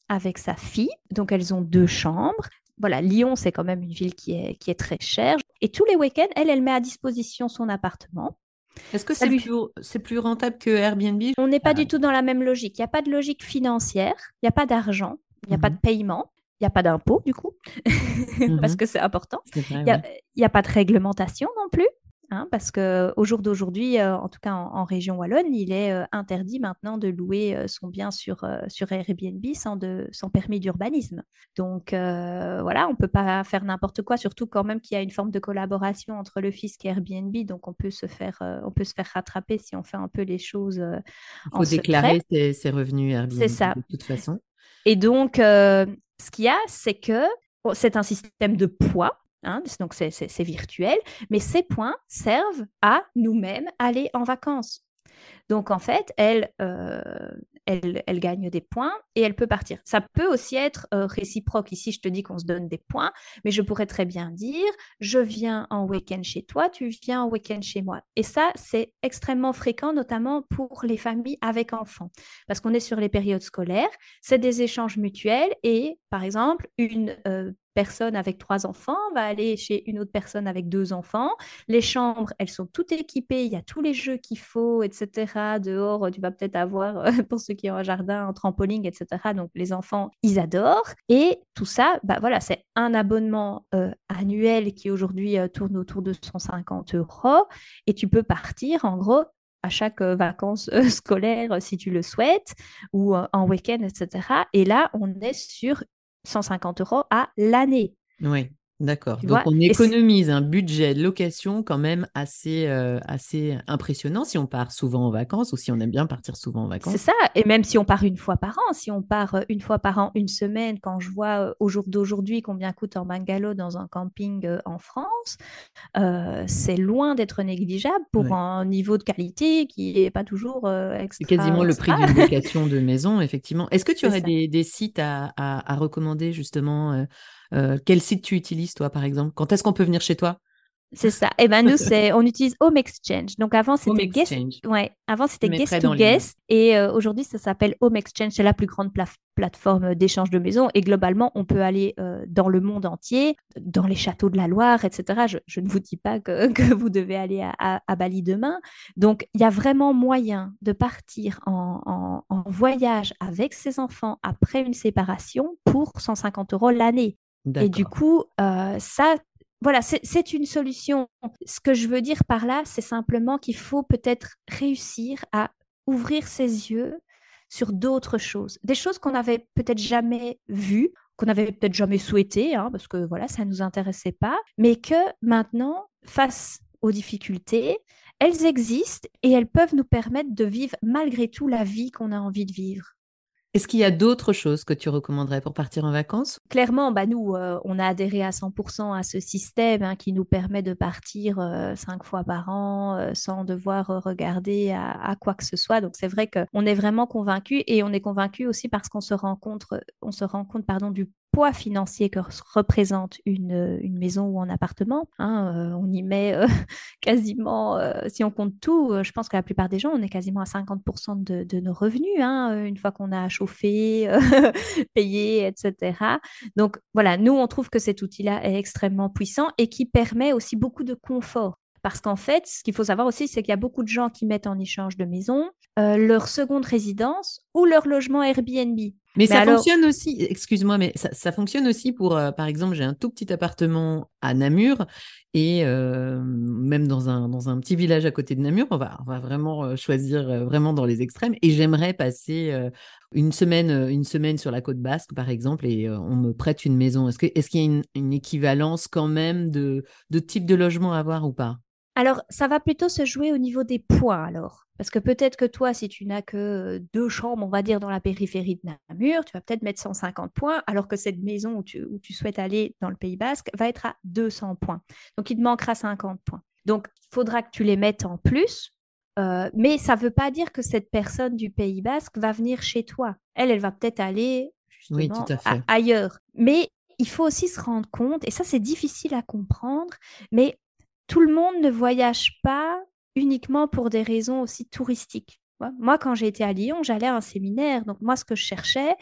avec sa fille. Donc, elles ont deux chambres. Voilà, Lyon, c'est quand même une ville qui est, qui est très chère. Et tous les week-ends, elle, elle met à disposition son appartement. Est-ce que Ça c'est lui... plus, c'est plus rentable que Airbnb? On n'est pas Ah. du tout dans la même logique. Il n'y a pas de logique financière, il n'y a pas d'argent, il n'y a Mhm. pas de paiement, il n'y a pas d'impôt, du coup, Mhm. parce que c'est important. C'est vrai, Il n'y a, oui. il y a pas de réglementation non plus. Hein, parce qu'au jour d'aujourd'hui, euh, en tout cas en, en région wallonne, il est euh, interdit maintenant de louer euh, son bien sur, euh, sur Airbnb sans, de, sans permis d'urbanisme. Donc euh, voilà, on ne peut pas faire n'importe quoi, surtout quand même qu'il y a une forme de collaboration entre le fisc et Airbnb. Donc on peut se faire, euh, on peut se faire rattraper si on fait un peu les choses euh, Il en faut secret. déclarer ses, ses revenus C'est Airbnb ça. de toute façon. Et donc, euh, ce qu'il y a, c'est que bon, c'est un système de points. Hein, donc, c'est, c'est, c'est virtuel, mais ces points servent à nous-mêmes aller en vacances. Donc, en fait, elle, euh, elle, elle gagne des points et elle peut partir. Ça peut aussi être euh, réciproque. Ici, je te dis qu'on se donne des points, mais je pourrais très bien dire, je viens en week-end chez toi, tu viens en week-end chez moi. Et ça, c'est extrêmement fréquent, notamment pour les familles avec enfants, parce qu'on est sur les périodes scolaires, c'est des échanges mutuels et, par exemple, une euh, personne avec trois enfants va aller chez une autre personne avec deux enfants. Les chambres, elles sont toutes équipées, il y a tous les jeux qu'il faut, et cetera. Dehors, tu vas peut-être avoir, euh, pour ceux qui ont un jardin, un trampoline, et cetera. Donc, les enfants, ils adorent. Et tout ça, bah, voilà, c'est un abonnement euh, annuel qui aujourd'hui euh, tourne autour de cent cinquante euros. Et tu peux partir, en gros, à chaque euh, vacances euh, scolaires, euh, si tu le souhaites, ou euh, en week-end, et cetera. Et là, on est sur cent cinquante euros à l'année. Oui, d'accord. Tu Donc, vois? on Et économise un budget de location quand même assez, euh, assez impressionnant si on part souvent en vacances ou si on aime bien partir souvent en c'est vacances. ça, et même si on part une fois par an, si on part euh, une fois par an, une semaine, quand je vois euh, au jour d'aujourd'hui combien coûte un bungalow dans un camping euh, en France, euh, c'est loin d'être négligeable pour Ouais. un niveau de qualité qui n'est pas toujours euh, C'est quasiment extra, le prix extra. d'une location de maison, effectivement. Est-ce que tu C'est aurais ça. des, des sites à, à- à recommander, justement? euh, euh, quel site tu utilises, toi, par exemple? Quand est-ce qu'on peut venir chez toi? C'est ça. Et ben nous, c'est, on utilise Home Exchange. Donc avant, Home c'était guest, Exchange. ouais, avant Je c'était mettrai guest to dans les notes. guest, et euh, aujourd'hui, ça s'appelle Home Exchange. C'est la plus grande plaf- plateforme d'échange de maisons. Et globalement, on peut aller euh, dans le monde entier, dans les châteaux de la Loire, et cetera. Je, je ne vous dis pas que, que vous devez aller à, à- à Bali demain. Donc, il y a vraiment moyen de partir en, en- en voyage avec ses enfants après une séparation pour cent cinquante euros l'année. Et du D'accord. coup, euh, ça, voilà, c'est c'est une solution. Ce que je veux dire par là, c'est simplement qu'il faut peut-être réussir à ouvrir ses yeux sur d'autres choses, des choses qu'on n'avait peut-être jamais vues, qu'on n'avait peut-être jamais souhaitées, hein, parce que voilà, ça ne nous intéressait pas, mais que maintenant, face aux difficultés, elles existent et elles peuvent nous permettre de vivre malgré tout la vie qu'on a envie de vivre. Est-ce qu'il y a d'autres choses que tu recommanderais pour partir en vacances? Clairement, bah nous, euh, on a adhéré à cent pour cent à ce système hein, qui nous permet de partir euh, cinq fois par an euh, sans devoir euh, regarder à, à quoi que ce soit. Donc, c'est vrai qu'on est vraiment convaincus et on est convaincus aussi parce qu'on se rend compte, on se rend compte pardon, du poids financier que représente une, une maison ou un appartement. Hein, euh, on y met euh, quasiment, euh, si on compte tout, euh, je pense que la plupart des gens, on est quasiment à cinquante pour cent de, de nos revenus hein, une fois qu'on a chauffé, euh, payé, et cetera. Donc voilà, nous, on trouve que cet outil-là est extrêmement puissant et qui permet aussi beaucoup de confort. Parce qu'en fait, ce qu'il faut savoir aussi, c'est qu'il y a beaucoup de gens qui mettent en échange de maison euh, leur seconde résidence ou leur logement Airbnb. Mais Mais ça alors, fonctionne aussi, excuse-moi, mais ça, ça fonctionne aussi pour, euh, par exemple, j'ai un tout petit appartement à Namur et euh, même dans un, dans un petit village à côté de Namur, on va, on va vraiment euh, choisir euh, vraiment dans les extrêmes et j'aimerais passer euh, une semaine, euh, une semaine sur la côte basque, par exemple, et euh, on me prête une maison. Est-ce que, est-ce qu'il y a une, une équivalence quand même de, de type de logement à avoir ou pas? Alors, ça va plutôt se jouer au niveau des points alors. Parce que peut-être que toi, si tu n'as que euh, deux chambres, on va dire, dans la périphérie de Namur, tu vas peut-être mettre cent cinquante points, alors que cette maison où tu, où tu souhaites aller dans le Pays Basque va être à deux cents points. Donc, il te manquera cinquante points. Donc, il faudra que tu les mettes en plus. Euh, mais ça ne veut pas dire que cette personne du Pays Basque va venir chez toi. Elle, elle va peut-être aller Oui, tout justement à à- fait. ailleurs. Mais il faut aussi se rendre compte, et ça c'est difficile à comprendre, mais tout le monde ne voyage pas uniquement pour des raisons aussi touristiques. Tu vois. Moi, quand j'ai été à Lyon, j'allais à un séminaire. Donc, moi, ce que je cherchais,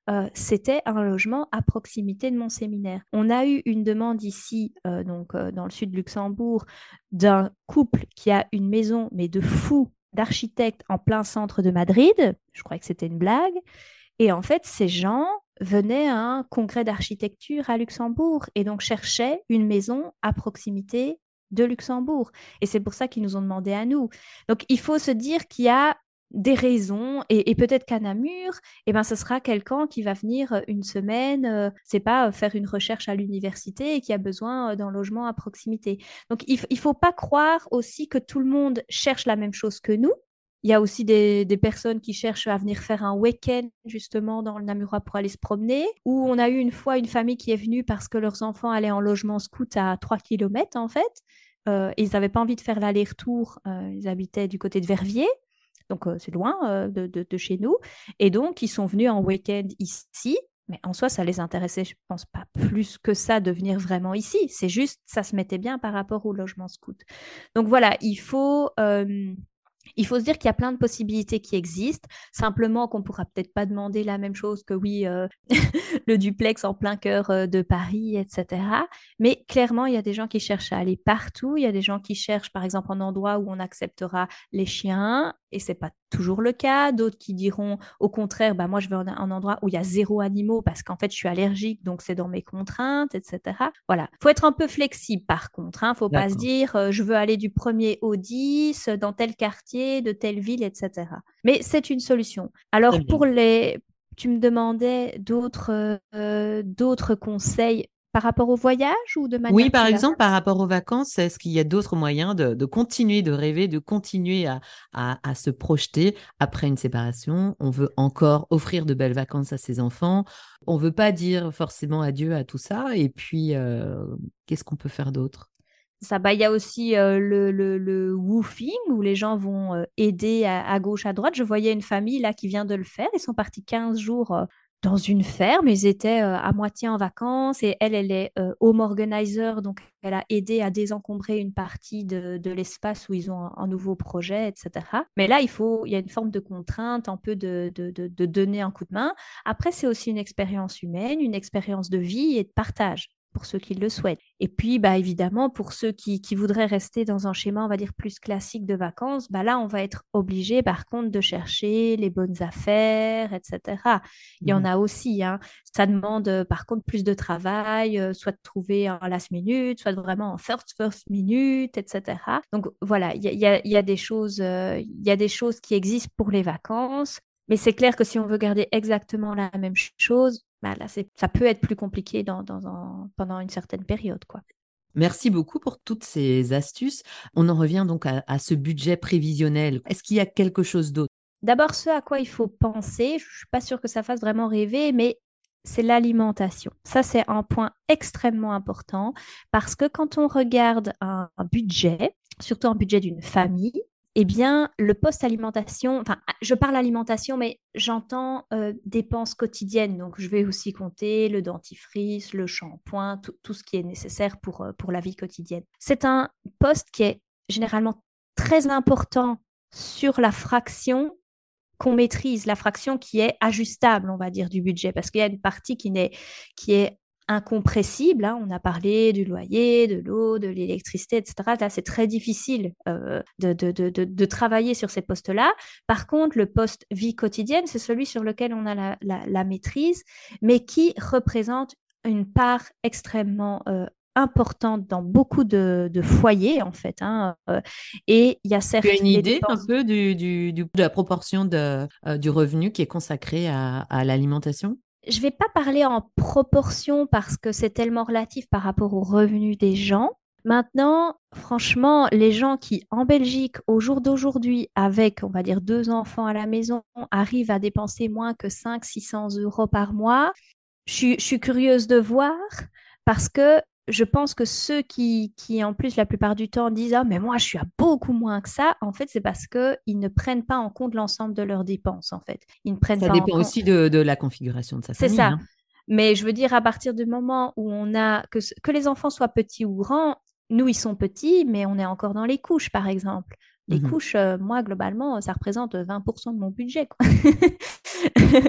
euh, c'était un logement à proximité de mon séminaire. On a eu une demande ici, euh, donc euh, dans le sud de Luxembourg, d'un couple qui a une maison, mais de fou, d'architecte en plein centre de Madrid. Je croyais que c'était une blague. Et en fait, ces gens venaient à un congrès d'architecture à Luxembourg et donc cherchaient une maison à proximité de Luxembourg. Et c'est pour ça qu'ils nous ont demandé à nous. Donc, il faut se dire qu'il y a des raisons et, et peut-être qu'à Namur, eh ben, ce sera quelqu'un qui va venir une semaine, euh, c'est pas euh, faire une recherche à l'université et qui a besoin euh, d'un logement à proximité. Donc, il ne faut pas croire aussi que tout le monde cherche la même chose que nous. Il y a aussi des, des personnes qui cherchent à venir faire un week-end justement dans le Namurois pour aller se promener. Ou on a eu une fois une famille qui est venue parce que leurs enfants allaient en logement scout à trois kilomètres en fait. Euh, ils n'avaient pas envie de faire l'aller-retour. Euh, ils habitaient du côté de Verviers. Donc euh, c'est loin euh, de, de, de chez nous. Et donc ils sont venus en week-end ici. Mais en soi, ça les intéressait, je pense, pas plus que ça de venir vraiment ici. C'est juste, ça se mettait bien par rapport au logement scout. Donc voilà, il faut... Euh, il faut se dire qu'il y a plein de possibilités qui existent, simplement qu'on ne pourra peut-être pas demander la même chose que oui, euh, le duplex en plein cœur euh, de Paris, et cetera. Mais clairement, il y a des gens qui cherchent à aller partout. Il y a des gens qui cherchent, par exemple, un endroit où on acceptera les chiens, et ce n'est pas toujours le cas. D'autres qui diront, au contraire, bah, moi, je veux un, un endroit où il y a zéro animaux parce qu'en fait, je suis allergique, donc c'est dans mes contraintes, et cetera. Voilà. Il faut être un peu flexible, par contre. Il hein. ne faut pas se dire, euh, je veux aller du premier au dix, dans tel quartier, de telle ville, et cetera. Mais c'est une solution. Alors, pour les... Tu me demandais d'autres euh, d'autres conseils par rapport au voyage ou de manière Oui, par plus exemple, large? par rapport aux vacances, est-ce qu'il y a d'autres moyens de, de continuer de rêver, de continuer à, à, à se projeter après une séparation? On veut encore offrir de belles vacances à ses enfants. On ne veut pas dire forcément adieu à tout ça. Et puis, euh, qu'est-ce qu'on peut faire d'autre? Ça, bah, il y a aussi euh, le, le, le woofing où les gens vont euh, aider à, à gauche, à droite. Je voyais une famille là qui vient de le faire. Ils sont partis quinze jours euh, dans une ferme. Ils étaient euh, à moitié en vacances et elle, elle est euh, home organizer. Donc, elle a aidé à désencombrer une partie de, de l'espace où ils ont un, un nouveau projet, et cetera. Mais là, il faut, il y a une forme de contrainte, un peu de, de, de, de donner un coup de main. Après, c'est aussi une expérience humaine, une expérience de vie et de partage pour ceux qui le souhaitent. Et puis, bah, évidemment, pour ceux qui, qui voudraient rester dans un schéma, on va dire, plus classique de vacances, bah, là, on va être obligé, par contre, de chercher les bonnes affaires, et cetera. Il y en Mhm. a aussi. Hein. Ça demande, euh, par contre, plus de travail, euh, soit de trouver un last minute, soit de vraiment en first, first minute, et cetera. Donc, voilà, il y a, y a, y a des choses, euh, il y a des choses qui existent pour les vacances. Mais c'est clair que si on veut garder exactement la même chose, bah là, c'est, ça peut être plus compliqué dans, dans un- pendant une certaine période, quoi. Merci beaucoup pour toutes ces astuces. On en revient donc à, à ce budget prévisionnel. Est-ce qu'il y a quelque chose d'autre? D'abord, ce à quoi il faut penser, je ne suis pas sûre que ça fasse vraiment rêver, mais c'est l'alimentation. Ça, c'est un point extrêmement important parce que quand on regarde un, un budget, surtout un budget d'une famille, eh bien, le poste alimentation, enfin, je parle alimentation, mais j'entends euh, dépenses quotidiennes. Donc, je vais aussi compter le dentifrice, le shampoing, tout, tout ce qui est nécessaire pour, euh, pour la vie quotidienne. C'est un poste qui est généralement très important sur la fraction qu'on maîtrise, la fraction qui est ajustable, on va dire, du budget, parce qu'il y a une partie qui, n'est, qui est incompressible. Hein. On a parlé du loyer, de l'eau, de l'électricité, et cetera. Là, c'est très difficile euh, de, de, de, de, de travailler sur ces postes-là. Par contre, le poste vie quotidienne, c'est celui sur lequel on a la, la, la maîtrise, mais qui représente une part extrêmement euh, importante dans beaucoup de, de foyers, en fait. Hein. Euh, et il y a Tu as certes une les idée un dépenses. peu du, du- du- de la proportion de, euh, du revenu qui est consacré à, à l'alimentation? Je ne vais pas parler en proportion parce que c'est tellement relatif par rapport aux revenus des gens. Maintenant, franchement, les gens qui, en Belgique, au jour d'aujourd'hui, avec, on va dire, deux enfants à la maison, arrivent à dépenser moins que cinq cents, six cents euros par mois, je suis, je suis curieuse de voir parce que je pense que ceux qui, qui, en plus, la plupart du temps, disent «Ah, mais moi, je suis à beaucoup moins que ça», en fait, c'est parce qu'ils ne prennent pas en compte l'ensemble de leurs dépenses, en fait. Ils ne prennent Ça pas en dépend compte. aussi de, de la configuration de sa C'est famille, ça. hein. Mais je veux dire, à partir du moment où on a, que, ce- que les enfants soient petits ou grands, nous, ils sont petits, mais on est encore dans les couches, par exemple. Les Mhm. couches, euh, moi, globalement, ça représente vingt pour cent de mon budget, quoi.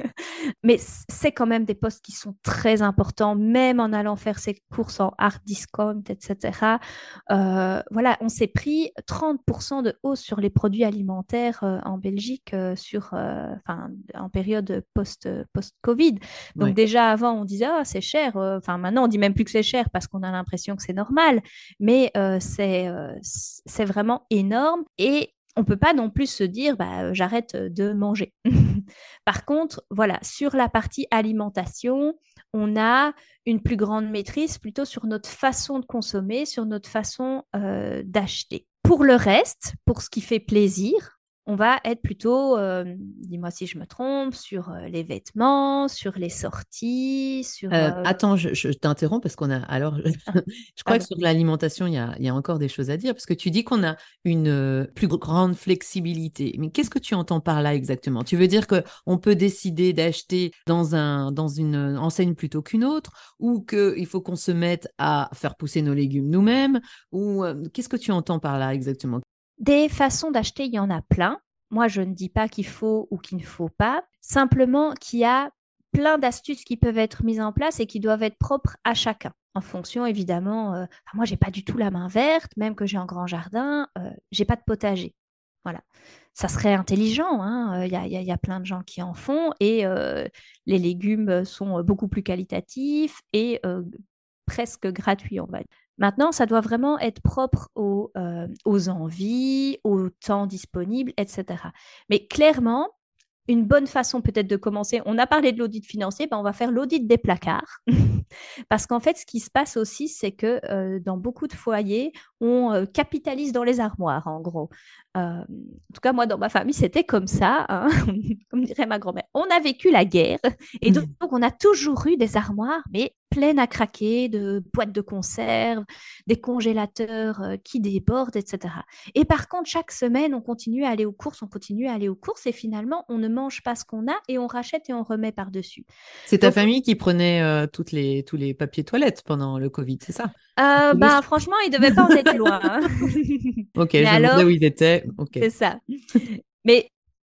Mais c'est quand même des postes qui sont très importants, même en allant faire ses courses en hard discount, et cetera. Euh, voilà, on s'est pris trente pour cent de hausse sur les produits alimentaires euh, en Belgique euh, sur, euh, enfin, en période post, post-Covid. Donc Ouais. déjà avant, on disait, ah, c'est cher. Enfin, maintenant, on dit même plus que c'est cher parce qu'on a l'impression que c'est normal. Mais euh, c'est, euh, c'est vraiment énorme. Et on ne peut pas non plus se dire, bah, euh, j'arrête de manger. Par contre, voilà, sur la partie alimentation, on a une plus grande maîtrise plutôt sur notre façon de consommer, sur notre façon euh, d'acheter. Pour le reste, pour ce qui fait plaisir, on va être plutôt, euh, dis-moi si je me trompe, sur euh, les vêtements, sur les sorties, sur... Euh, euh, attends, je, je t'interromps parce qu'on a. Alors, Ah, je crois que pardon. sur l'alimentation, il y a, il y a encore des choses à dire parce que tu dis qu'on a une euh, plus grande flexibilité. Mais qu'est-ce que tu entends par là exactement? Tu veux dire qu'on peut décider d'acheter dans un, dans une enseigne plutôt qu'une autre, ou qu'il faut qu'on se mette à faire pousser nos légumes nous-mêmes, ou euh, qu'est-ce que tu entends par là exactement? Des façons d'acheter, il y en a plein. Moi, je ne dis pas qu'il faut ou qu'il ne faut pas. Simplement qu'il y a plein d'astuces qui peuvent être mises en place et qui doivent être propres à chacun. En fonction, évidemment, euh, enfin, moi, j'ai pas du tout la main verte, même que j'ai un grand jardin, euh, j'ai pas de potager. Voilà. Ça serait intelligent, hein. Il y a, il y a- il y a plein de gens qui en font et euh, les légumes sont beaucoup plus qualitatifs et euh, presque gratuits, on va dire. Maintenant, ça doit vraiment être propre aux, euh, aux envies, au temps disponible, et cetera. Mais clairement, une bonne façon peut-être de commencer, on a parlé de l'audit financier, ben on va faire l'audit des placards. Parce qu'en fait, ce qui se passe aussi, c'est que euh, dans beaucoup de foyers, on euh, capitalise dans les armoires, en gros. Euh, en tout cas, moi, dans ma famille, c'était comme ça, hein, comme dirait ma grand-mère. On a vécu la guerre et donc, donc, on a toujours eu des armoires, mais pleines à craquer, de boîtes de conserve, des congélateurs euh, qui débordent, et cetera. Et par contre, chaque semaine, on continue à aller aux courses, on continue à aller aux courses et finalement, on ne mange pas ce qu'on a et on rachète et on remet par-dessus. C'est ta Donc, famille qui prenait euh, toutes les, tous les papiers toilettes pendant le Covid, c'est ça? euh, Je bah, suis- franchement, ils ne devaient pas en être loin, hein. Ok, Mais je me demandais alors, où ils étaient. Ok. c'est ça. Mais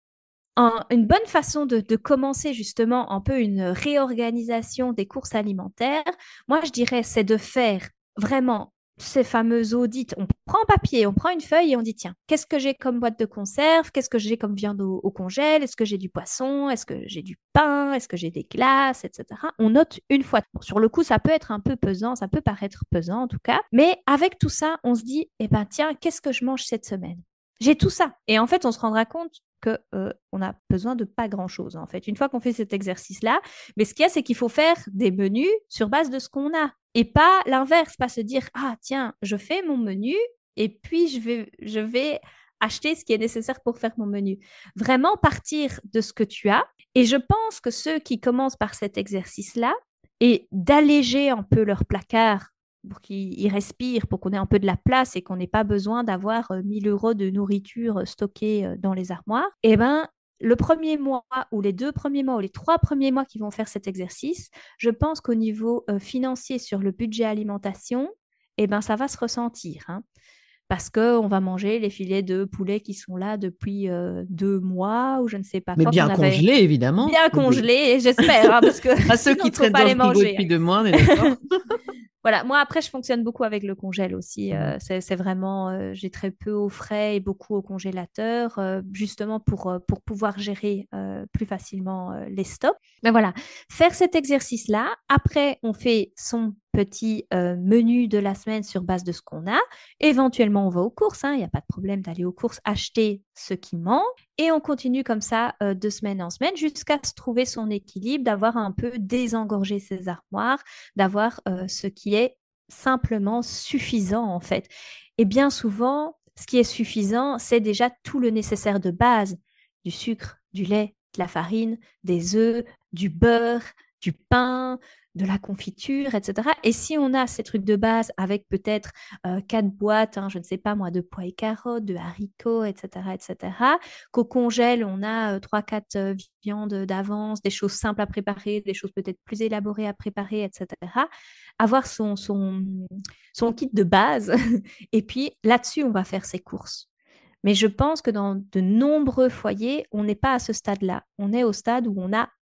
un- une bonne façon de, de commencer justement un peu une réorganisation des courses alimentaires, moi je dirais, c'est de faire vraiment ces fameux audits. On prend un papier, on prend une feuille et on dit, tiens, qu'est-ce que j'ai comme boîte de conserve? Qu'est-ce que j'ai comme viande au, au congèle? Est-ce que j'ai du poisson? Est-ce que j'ai du pain? Est-ce que j'ai des glaces, et cetera. On note une fois. Bon, sur le coup, ça peut être un peu pesant, ça peut paraître pesant en tout cas. Mais avec tout ça, on se dit, eh ben tiens, qu'est-ce que je mange cette semaine? J'ai tout ça. Et en fait, on se rendra compte que euh, on a besoin de pas grand-chose, en fait. Une fois qu'on fait cet exercice-là, mais ce qu'il y a, c'est qu'il faut faire des menus sur base de ce qu'on a. Et pas l'inverse, pas se dire, ah tiens, je fais mon menu et puis je vais, je vais acheter ce qui est nécessaire pour faire mon menu. Vraiment partir de ce que tu as. Et je pense que ceux qui commencent par cet exercice-là et d'alléger un peu leur placard pour qu'ils respirent, pour qu'on ait un peu de la place et qu'on n'ait pas besoin d'avoir euh, mille euros de nourriture euh, stockée euh, dans les armoires, eh ben, le premier mois ou les deux premiers mois ou les trois premiers mois qui vont faire cet exercice, je pense qu'au niveau euh, financier sur le budget alimentation, eh ben, ça va se ressentir, hein, parce qu'on va manger les filets de poulet qui sont là depuis euh, deux mois ou je ne sais pas Mais quoi, qu'on bien avait congelé, évidemment. bien congelés, j'espère, hein, parce que À ceux sinon, il qui ne faut traînent pas dans les le frigo manger, depuis hein. deux mois, on est d'accord? Voilà, moi après, je fonctionne beaucoup avec le congèle aussi. Mhm. Euh, c'est, c'est vraiment, euh, j'ai très peu au frais et beaucoup au congélateur, euh, justement pour, euh, pour pouvoir gérer euh, plus facilement euh, les stocks. Mais voilà, faire cet exercice-là. Après, on fait son petit euh, menu de la semaine sur base de ce qu'on a. Éventuellement, on va aux courses, hein. Il n'y a pas de problème d'aller aux courses, acheter ce qui manque. Et on continue comme ça euh, de semaine en semaine jusqu'à se trouver son équilibre, d'avoir un peu désengorgé ses armoires, d'avoir euh, ce qui est simplement suffisant en fait. Et bien souvent, ce qui est suffisant, c'est déjà tout le nécessaire de base, du sucre, du lait, de la farine, des œufs, du beurre, du pain, de la confiture, et cetera. Et si on a ces trucs de base avec peut-être euh, quatre boîtes, hein, je ne sais pas moi, de pois et carottes, de haricots, et cetera, et cetera, qu'au congèle, on a euh, trois, quatre euh, viandes d'avance, des choses simples à préparer, des choses peut-être plus élaborées à préparer, et cetera. Avoir son, son, son kit de base. Et puis là-dessus, on va faire ses courses. Mais je pense que dans de nombreux foyers, on n'est pas à ce stade-là. On est au stade où on a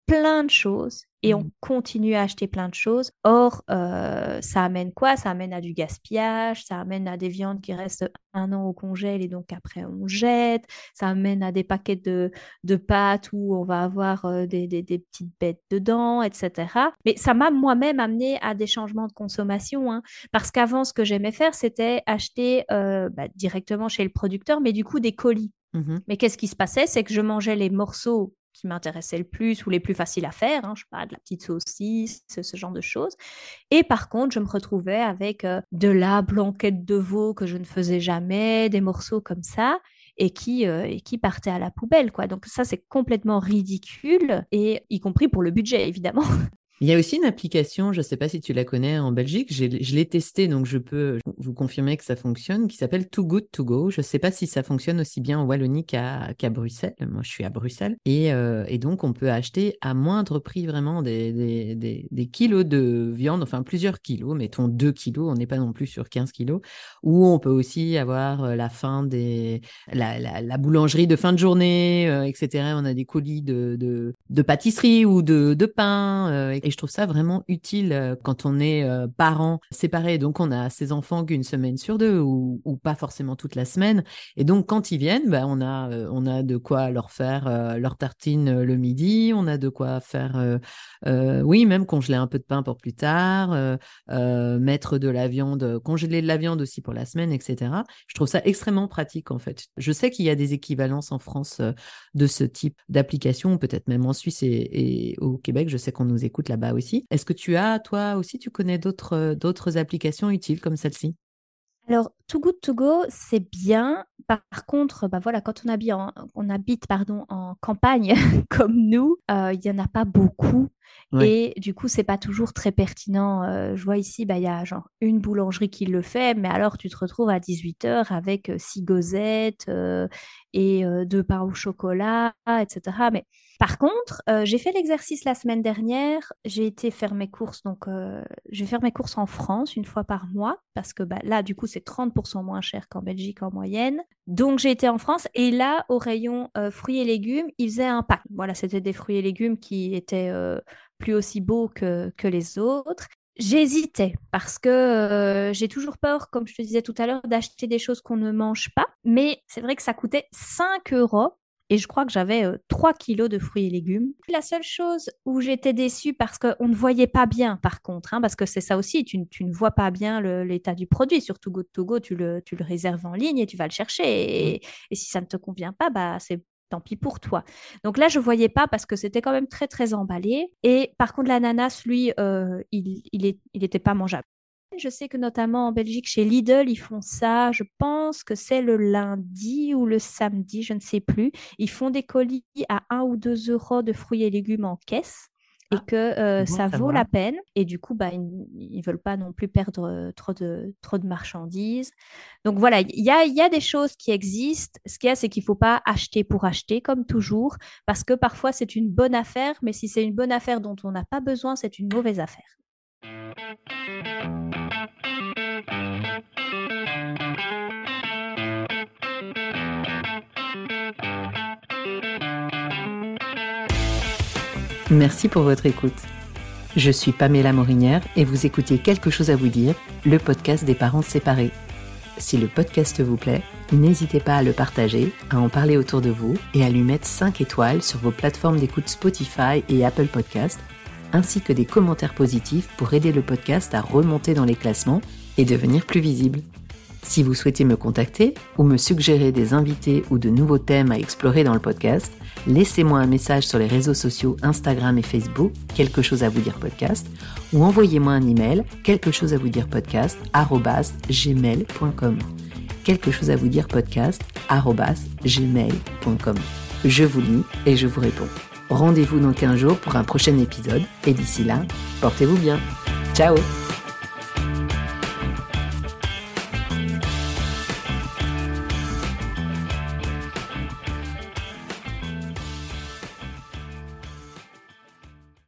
plein de choses et Mmh. on continue à acheter plein de choses. Or, euh, ça amène quoi? Ça amène à du gaspillage, ça amène à des viandes qui restent un an au congèle et donc après on jette, ça amène à des paquets de, de pâtes où on va avoir euh, des, des, des petites bêtes dedans, et cetera. Mais ça m'a moi-même amené à des changements de consommation, hein, parce qu'avant, ce que j'aimais faire, c'était acheter euh, bah, directement chez le producteur, mais du coup des colis. Mmh. Mais qu'est-ce qui se passait? C'est que je mangeais les morceaux qui m'intéressaient le plus ou les plus faciles à faire, hein, je sais pas, de la petite saucisse, ce, ce genre de choses. Et par contre, je me retrouvais avec euh, de la blanquette de veau que je ne faisais jamais, des morceaux comme ça, et qui, euh, et qui partaient à la poubelle, quoi. Donc ça, c'est complètement ridicule, et y compris pour le budget, évidemment. Il y a aussi une application, je ne sais pas si tu la connais en Belgique, j'ai, je l'ai testée, donc je peux vous confirmer que ça fonctionne, qui s'appelle Too Good To Go. Je ne sais pas si ça fonctionne aussi bien en Wallonie qu'à, qu'à Bruxelles. Moi, je suis à Bruxelles. Et, euh, et donc, on peut acheter à moindre prix vraiment des, des, des, des kilos de viande, enfin plusieurs kilos, mettons deux kilos, on n'est pas non plus sur quinze kilos, où on peut aussi avoir la fin des, la, la, la boulangerie de fin de journée, euh, et cetera. On a des colis de, de, de pâtisserie ou de, de pain, euh, et je trouve ça vraiment utile quand on est euh, parents séparés. Donc, on a ses enfants qu'une semaine sur deux ou, ou pas forcément toute la semaine. Et donc, quand ils viennent, bah, on, a, euh, on a de quoi leur faire euh, leur tartine euh, le midi. On a de quoi faire, euh, euh, oui, même congeler un peu de pain pour plus tard, euh, euh, mettre de la viande, congeler de la viande aussi pour la semaine, et cetera. Je trouve ça extrêmement pratique, en fait. Je sais qu'il y a des équivalences en France euh, de ce type d'application, peut-être même en Suisse et, et au Québec. Je sais qu'on nous écoute là-bas aussi. Est-ce que tu as, toi aussi, tu connais d'autres, d'autres applications utiles comme celle-ci? Alors, Too Good To Go, c'est bien. Par contre, bah voilà, quand on habite en, on habite, pardon, en campagne comme nous, euh, il n'y en a pas beaucoup. Ouais. Et du coup, c'est pas toujours très pertinent. Euh, je vois ici, bah, il y a genre une boulangerie qui le fait, mais alors tu te retrouves à dix-huit heures avec euh, six gauzettes euh, et euh, deux pains au chocolat, et cetera. Mais par contre, euh, j'ai fait l'exercice la semaine dernière. J'ai été faire mes courses, donc euh, je vais faire mes courses en France une fois par mois, parce que bah, là, du coup, c'est trente pour cent moins cher qu'en Belgique en moyenne. Donc, j'ai été en France et là, au rayon euh, fruits et légumes, ils faisaient un pack. Voilà, c'était des fruits et légumes qui étaient euh, plus aussi beaux que, que les autres. J'hésitais parce que euh, j'ai toujours peur, comme je te disais tout à l'heure, d'acheter des choses qu'on ne mange pas. Mais c'est vrai que ça coûtait cinq euros. Et je crois que j'avais euh, trois kilos de fruits et légumes. La seule chose où j'étais déçue, parce qu'on ne voyait pas bien, par contre, hein, parce que c'est ça aussi, tu, tu ne vois pas bien le, l'état du produit. Sur Too Good To Go, tu le, tu le réserves en ligne et tu vas le chercher. Et, et si ça ne te convient pas, bah, c'est tant pis pour toi. Donc là, je ne voyais pas parce que c'était quand même très, très emballé. Et par contre, l'ananas, lui, euh, il il, est, il était pas mangeable. Je sais que notamment en Belgique, chez Lidl, ils font ça. Je pense que c'est le lundi ou le samedi, je ne sais plus. Ils font des colis à un ou deux euros de fruits et légumes en caisse et Ah, que euh, c'est bon à ça vaut savoir. la peine. Et du coup, bah, ils ne veulent pas non plus perdre euh, trop de, trop de marchandises. Donc voilà, il y a, il y a des choses qui existent. Ce qu'il y a, c'est qu'il ne faut pas acheter pour acheter, comme toujours, parce que parfois, c'est une bonne affaire, mais si c'est une bonne affaire dont on n'a pas besoin, c'est une mauvaise affaire. Merci pour votre écoute. Je suis Pamela Morinière et vous écoutez Quelque chose à vous dire, le podcast des parents séparés. Si le podcast vous plaît, n'hésitez pas à le partager, à en parler autour de vous et à lui mettre cinq étoiles sur vos plateformes d'écoute Spotify et Apple Podcasts, ainsi que des commentaires positifs pour aider le podcast à remonter dans les classements et devenir plus visible. Si vous souhaitez me contacter ou me suggérer des invités ou de nouveaux thèmes à explorer dans le podcast, laissez-moi un message sur les réseaux sociaux Instagram et Facebook, quelque chose à vous dire podcast, ou envoyez-moi un email, quelque chose à vous dire podcast, arobase gmail point com. Quelque chose à vous dire podcast, arobase gmail point com. Je vous lis et je vous réponds. Rendez-vous dans quinze jours pour un prochain épisode et d'ici là, portez-vous bien. Ciao!